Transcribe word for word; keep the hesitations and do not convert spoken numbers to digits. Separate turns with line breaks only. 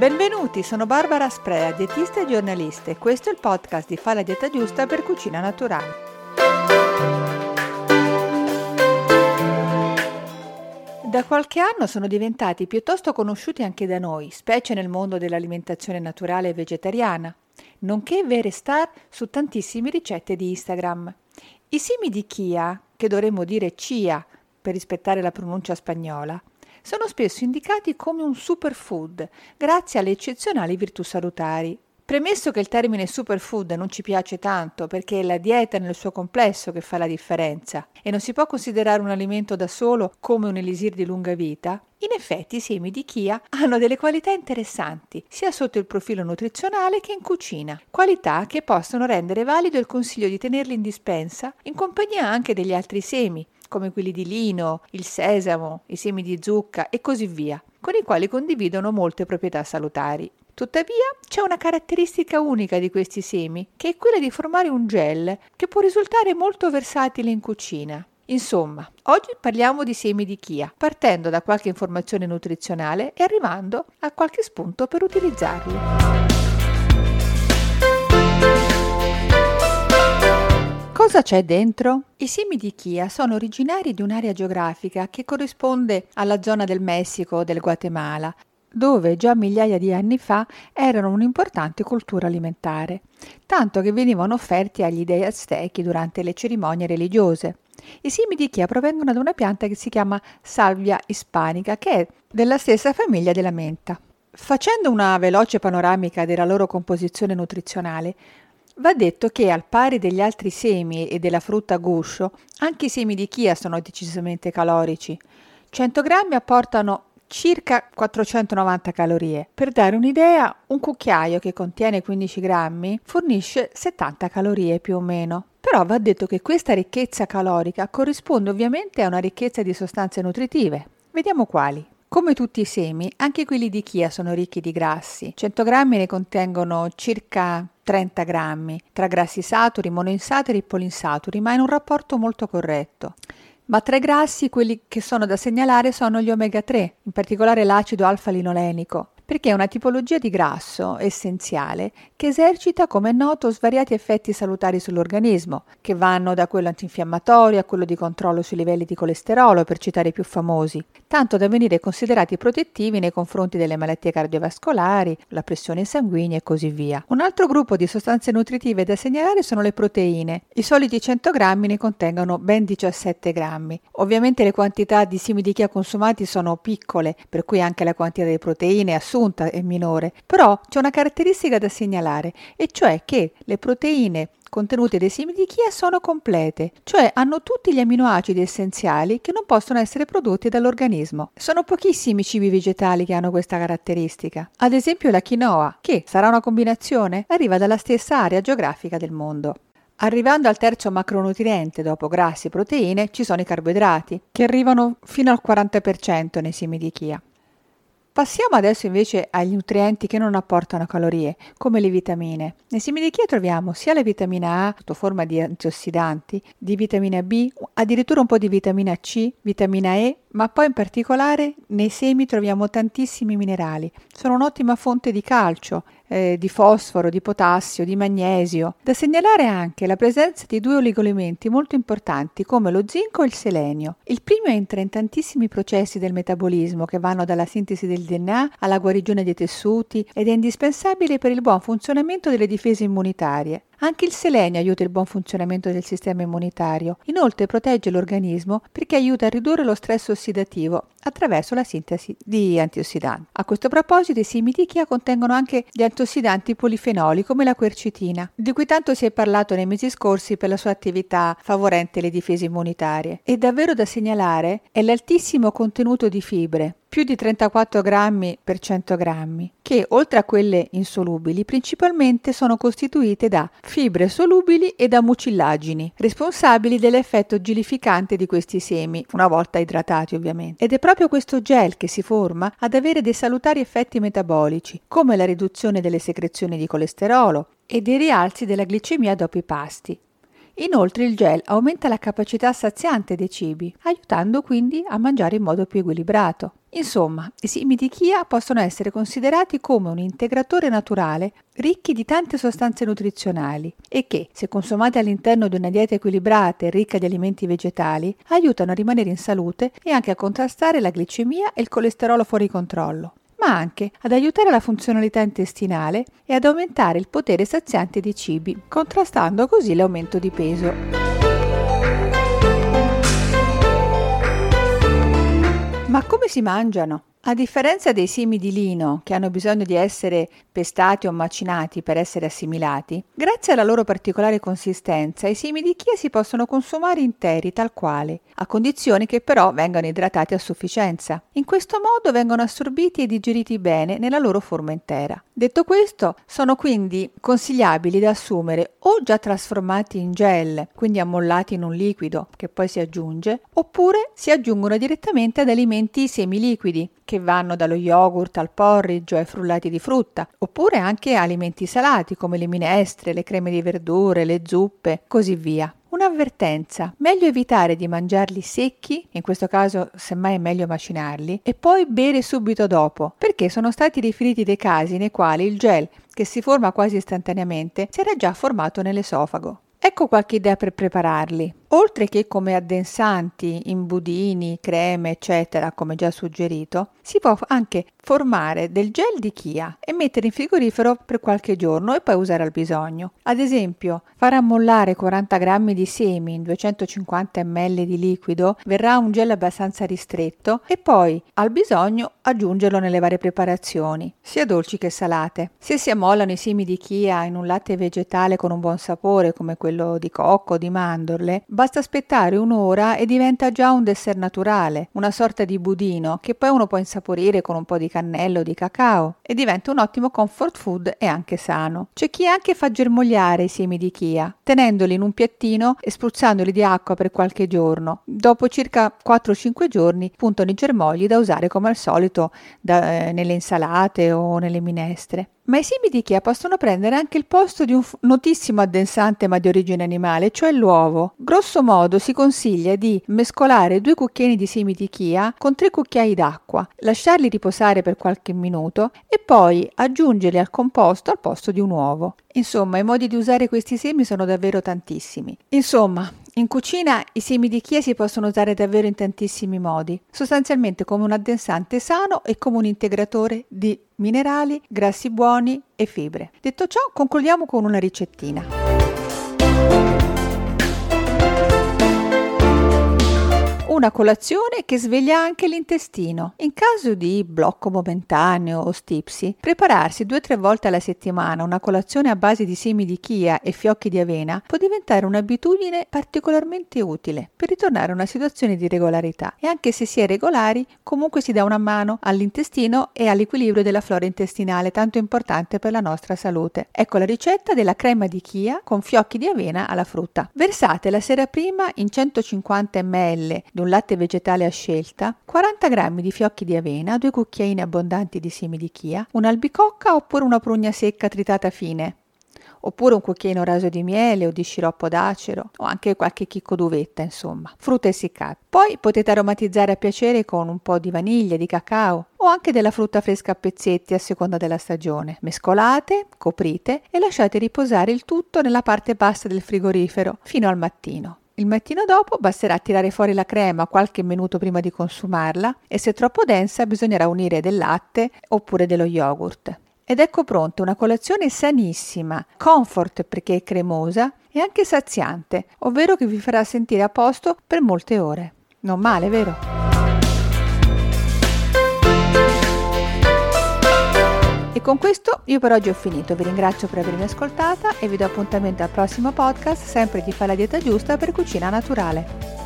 Benvenuti, sono Barbara Sprea, dietista e giornalista e questo è il podcast di Fa la dieta giusta per cucina naturale. Da qualche anno sono diventati piuttosto conosciuti anche da noi, specie nel mondo dell'alimentazione naturale e vegetariana, nonché vere star su tantissime ricette di Instagram. I semi di chia, che dovremmo dire chia per rispettare la pronuncia spagnola, sono spesso indicati come un superfood, grazie alle eccezionali virtù salutari. Premesso che il termine superfood non ci piace tanto perché è la dieta nel suo complesso che fa la differenza e non si può considerare un alimento da solo come un elisir di lunga vita, in effetti i semi di chia hanno delle qualità interessanti, sia sotto il profilo nutrizionale che in cucina, qualità che possono rendere valido il consiglio di tenerli in dispensa in compagnia anche degli altri semi, come quelli di lino, il sesamo, i semi di zucca e così via, con i quali condividono molte proprietà salutari. Tuttavia, c'è una caratteristica unica di questi semi, che è quella di formare un gel che può risultare molto versatile in cucina. Insomma, oggi parliamo di semi di chia, partendo da qualche informazione nutrizionale e arrivando a qualche spunto per utilizzarli. Cosa c'è dentro? I semi di chia sono originari di un'area geografica che corrisponde alla zona del Messico o del Guatemala, dove già migliaia di anni fa erano un'importante cultura alimentare, tanto che venivano offerti agli dei aztechi durante le cerimonie religiose. I semi di chia provengono da una pianta che si chiama Salvia hispanica, che è della stessa famiglia della menta. Facendo una veloce panoramica della loro composizione nutrizionale, va detto che al pari degli altri semi e della frutta a guscio, anche i semi di chia sono decisamente calorici. cento grammi apportano circa quattrocentonovanta calorie. Per dare un'idea, un cucchiaio che contiene quindici grammi fornisce settanta calorie più o meno. Però va detto che questa ricchezza calorica corrisponde ovviamente a una ricchezza di sostanze nutritive. Vediamo quali. Come tutti i semi, anche quelli di chia sono ricchi di grassi. cento grammi ne contengono circa trenta grammi, tra grassi saturi, monoinsaturi e polinsaturi, ma in un rapporto molto corretto. Ma tra i grassi quelli che sono da segnalare sono gli omega tre, in particolare l'acido alfa-linolenico, perché è una tipologia di grasso essenziale che esercita, come è noto, svariati effetti salutari sull'organismo, che vanno da quello antinfiammatorio a quello di controllo sui livelli di colesterolo, per citare i più famosi, tanto da venire considerati protettivi nei confronti delle malattie cardiovascolari, la pressione sanguigna e così via. Un altro gruppo di sostanze nutritive da segnalare sono le proteine. I soliti cento grammi ne contengono ben diciassette grammi. Ovviamente le quantità di semi di chia consumati sono piccole, per cui anche la quantità di proteine assunte è minore, però c'è una caratteristica da segnalare, e cioè che le proteine contenute dei semi di chia sono complete, cioè hanno tutti gli aminoacidi essenziali che non possono essere prodotti dall'organismo. Sono pochissimi i cibi vegetali che hanno questa caratteristica. Ad esempio la quinoa, che sarà una combinazione, arriva dalla stessa area geografica del mondo. Arrivando al terzo macronutriente dopo grassi e proteine ci sono i carboidrati, che arrivano fino al quaranta per cento nei semi di chia. Passiamo adesso invece agli nutrienti che non apportano calorie, come le vitamine. Nei semi di chia troviamo sia la vitamina A, sotto forma di antiossidanti, di vitamina B, addirittura un po' di vitamina C, vitamina E, ma poi in particolare nei semi troviamo tantissimi minerali. Sono un'ottima fonte di calcio, eh, di fosforo, di potassio, di magnesio. Da segnalare anche la presenza di due oligoelementi molto importanti come lo zinco e il selenio. Il primo entra in tantissimi processi del metabolismo che vanno dalla sintesi del D N A alla guarigione dei tessuti ed è indispensabile per il buon funzionamento delle difese immunitarie. Anche il selenio aiuta il buon funzionamento del sistema immunitario. Inoltre protegge l'organismo perché aiuta a ridurre lo stress ossidativo attraverso la sintesi di antiossidanti. A questo proposito i semi di chia contengono anche gli antiossidanti polifenoli come la quercetina, di cui tanto si è parlato nei mesi scorsi per la sua attività favorente le difese immunitarie. E davvero da segnalare è l'altissimo contenuto di fibre, più di trentaquattro grammi per cento grammi, che oltre a quelle insolubili principalmente sono costituite da fibre solubili e da mucillagini, responsabili dell'effetto gelificante di questi semi, una volta idratati ovviamente. Ed è proprio questo gel che si forma ad avere dei salutari effetti metabolici, come la riduzione delle secrezioni di colesterolo e dei rialzi della glicemia dopo i pasti. Inoltre il gel aumenta la capacità saziante dei cibi, aiutando quindi a mangiare in modo più equilibrato. Insomma, i semi di chia possono essere considerati come un integratore naturale ricchi di tante sostanze nutrizionali e che, se consumati all'interno di una dieta equilibrata e ricca di alimenti vegetali, aiutano a rimanere in salute e anche a contrastare la glicemia e il colesterolo fuori controllo, ma anche ad aiutare la funzionalità intestinale e ad aumentare il potere saziante dei cibi, contrastando così l'aumento di peso. Ma come si mangiano? A differenza dei semi di lino, che hanno bisogno di essere pestati o macinati per essere assimilati, grazie alla loro particolare consistenza, i semi di chia si possono consumare interi tal quale, a condizione che però vengano idratati a sufficienza. In questo modo vengono assorbiti e digeriti bene nella loro forma intera. Detto questo, sono quindi consigliabili da assumere o già trasformati in gel, quindi ammollati in un liquido che poi si aggiunge, oppure si aggiungono direttamente ad alimenti semiliquidi, che vanno dallo yogurt al porridge o ai frullati di frutta, oppure anche a alimenti salati come le minestre, le creme di verdure, le zuppe, così via. Un'avvertenza: meglio evitare di mangiarli secchi, in questo caso semmai è meglio macinarli, e poi bere subito dopo, perché sono stati riferiti dei casi nei quali il gel, che si forma quasi istantaneamente, si era già formato nell'esofago. Ecco qualche idea per prepararli. Oltre che come addensanti in budini, creme, eccetera, come già suggerito, si può anche formare del gel di chia e mettere in frigorifero per qualche giorno e poi usare al bisogno. Ad esempio, far ammollare quaranta grammi di semi in duecentocinquanta millilitri di liquido verrà un gel abbastanza ristretto e poi, al bisogno, aggiungerlo nelle varie preparazioni, sia dolci che salate. Se si ammollano i semi di chia in un latte vegetale con un buon sapore, come quello di cocco o di mandorle, basta aspettare un'ora e diventa già un dessert naturale, una sorta di budino che poi uno può insaporire con un po' di cannello o di cacao e diventa un ottimo comfort food e anche sano. C'è chi anche fa germogliare i semi di chia, tenendoli in un piattino e spruzzandoli di acqua per qualche giorno. Dopo circa quattro cinque giorni puntano i germogli da usare come al solito da, eh, nelle insalate o nelle minestre. Ma i semi di chia possono prendere anche il posto di un notissimo addensante ma di origine animale, cioè l'uovo. Grosso modo si consiglia di mescolare due cucchiaini di semi di chia con tre cucchiai d'acqua, lasciarli riposare per qualche minuto e poi aggiungerli al composto al posto di un uovo. Insomma, i modi di usare questi semi sono davvero tantissimi. Insomma, in cucina i semi di chia si possono usare davvero in tantissimi modi, sostanzialmente come un addensante sano e come un integratore di minerali, grassi buoni e fibre. Detto ciò, concludiamo con una ricettina. Una colazione che sveglia anche l'intestino. In caso di blocco momentaneo o stipsi, prepararsi due o tre volte alla settimana una colazione a base di semi di chia e fiocchi di avena può diventare un'abitudine particolarmente utile per ritornare a una situazione di regolarità. E anche se si è regolari, comunque si dà una mano all'intestino e all'equilibrio della flora intestinale, tanto importante per la nostra salute. Ecco la ricetta della crema di chia con fiocchi di avena alla frutta. Versate la sera prima in centocinquanta millilitri di un latte vegetale a scelta, quaranta grammi di fiocchi di avena, due cucchiaini abbondanti di semi di chia, un'albicocca oppure una prugna secca tritata fine, oppure un cucchiaino raso di miele o di sciroppo d'acero o anche qualche chicco d'uvetta, insomma, frutta essiccata. Poi potete aromatizzare a piacere con un po' di vaniglia, di cacao o anche della frutta fresca a pezzetti a seconda della stagione. Mescolate, coprite e lasciate riposare il tutto nella parte bassa del frigorifero fino al mattino. Il mattino dopo basterà tirare fuori la crema qualche minuto prima di consumarla e se troppo densa bisognerà unire del latte oppure dello yogurt. Ed ecco pronta una colazione sanissima, comfort perché è cremosa e anche saziante, ovvero che vi farà sentire a posto per molte ore. Non male, vero? E con questo io per oggi ho finito, vi ringrazio per avermi ascoltata e vi do appuntamento al prossimo podcast, sempre di Fa la dieta giusta per cucina naturale.